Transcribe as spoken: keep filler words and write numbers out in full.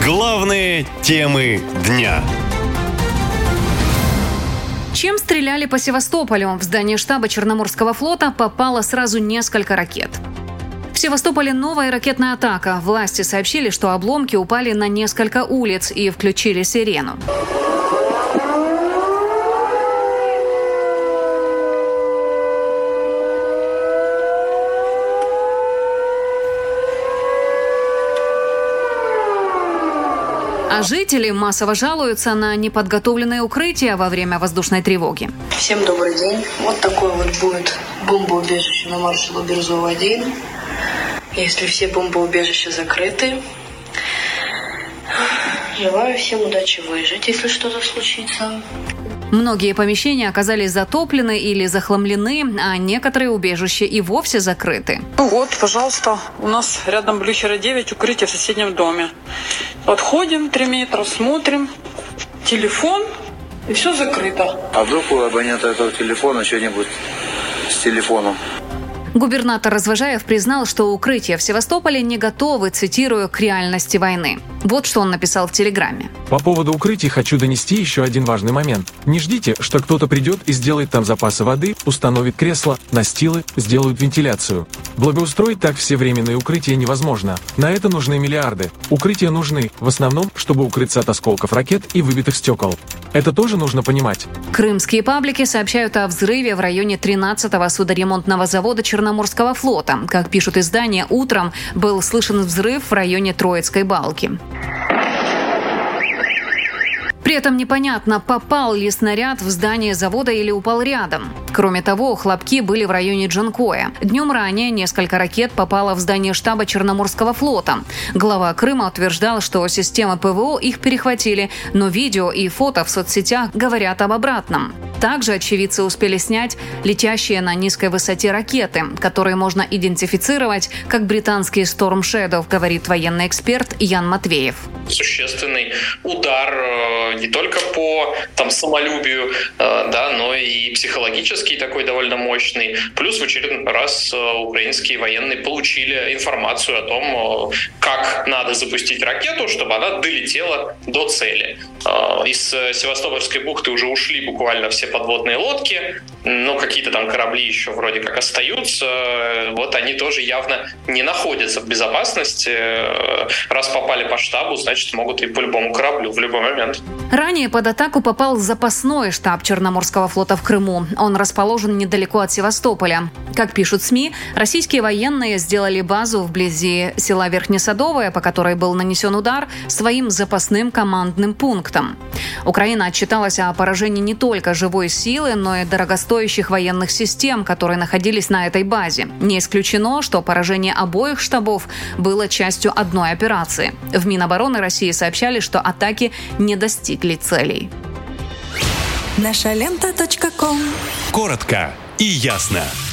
Главные темы дня. Чем стреляли по Севастополю? В здание штаба Черноморского флота попало сразу несколько ракет. В Севастополе новая ракетная атака. Власти сообщили, что обломки упали на несколько улиц и включили сирену. А жители массово жалуются на неподготовленные укрытия во время воздушной тревоги. Всем добрый день. Вот такое вот будет бомбоубежище на маршалу Березова один. Если все бомбоубежища закрыты. Желаю всем удачи выжить, если что-то случится. Многие помещения оказались затоплены или захламлены, а некоторые убежища и вовсе закрыты. Ну вот, пожалуйста, у нас рядом Блюхера девять, укрытие в соседнем доме. Подходим три метра, смотрим, телефон, и все закрыто. А вдруг у абонента этого телефона что-нибудь с телефоном? Губернатор Развожаев признал, что укрытия в Севастополе не готовы, цитирую, к реальности войны. Вот что он написал в Телеграме. По поводу укрытий хочу донести еще один важный момент. Не ждите, что кто-то придет и сделает там запасы воды, установит кресла, настилы, сделают вентиляцию. Благоустроить так все временные укрытия невозможно. На это нужны миллиарды. Укрытия нужны, в основном, чтобы укрыться от осколков ракет и выбитых стекол. Это тоже нужно понимать. Крымские паблики сообщают о взрыве в районе тринадцатого судоремонтного завода Черноморского флота. Как пишут издания, утром был слышен взрыв в районе Троицкой балки. При этом непонятно, попал ли снаряд в здание завода или упал рядом. Кроме того, хлопки были в районе Джанкоя. Днем ранее несколько ракет попало в здание штаба Черноморского флота. Глава Крыма утверждал, что системы ПВО их перехватили, но видео и фото в соцсетях говорят об обратном. Также очевидцы успели снять летящие на низкой высоте ракеты, которые можно идентифицировать как британские Storm Shadow, говорит военный эксперт Ян Матвеев. Существенный удар э, не только по там, самолюбию, э, да, но и психологический такой довольно мощный. Плюс в очередной раз э, украинские военные получили информацию о том, э, как надо запустить ракету, чтобы она долетела до цели. Э, из Севастопольской бухты уже ушли буквально все подводные лодки, но какие-то там корабли еще вроде как остаются. Вот они тоже явно не находятся в безопасности. Раз попали по штабу, значит, могут и по любому кораблю в любой момент. Ранее под атаку попал запасной штаб Черноморского флота в Крыму. Он расположен недалеко от Севастополя. Как пишут СМИ, российские военные сделали базу вблизи села Верхнесадовое, по которой был нанесен удар, своим запасным командным пунктом. Украина отчиталась о поражении не только живой силы, но и дорогостоящих военных систем, которые находились на этой базе. Не исключено, что поражение обоих штабов было частью одной операции. В Минобороны России сообщали, что атаки не достигли целей. наша лента точка ком. Коротко и ясно.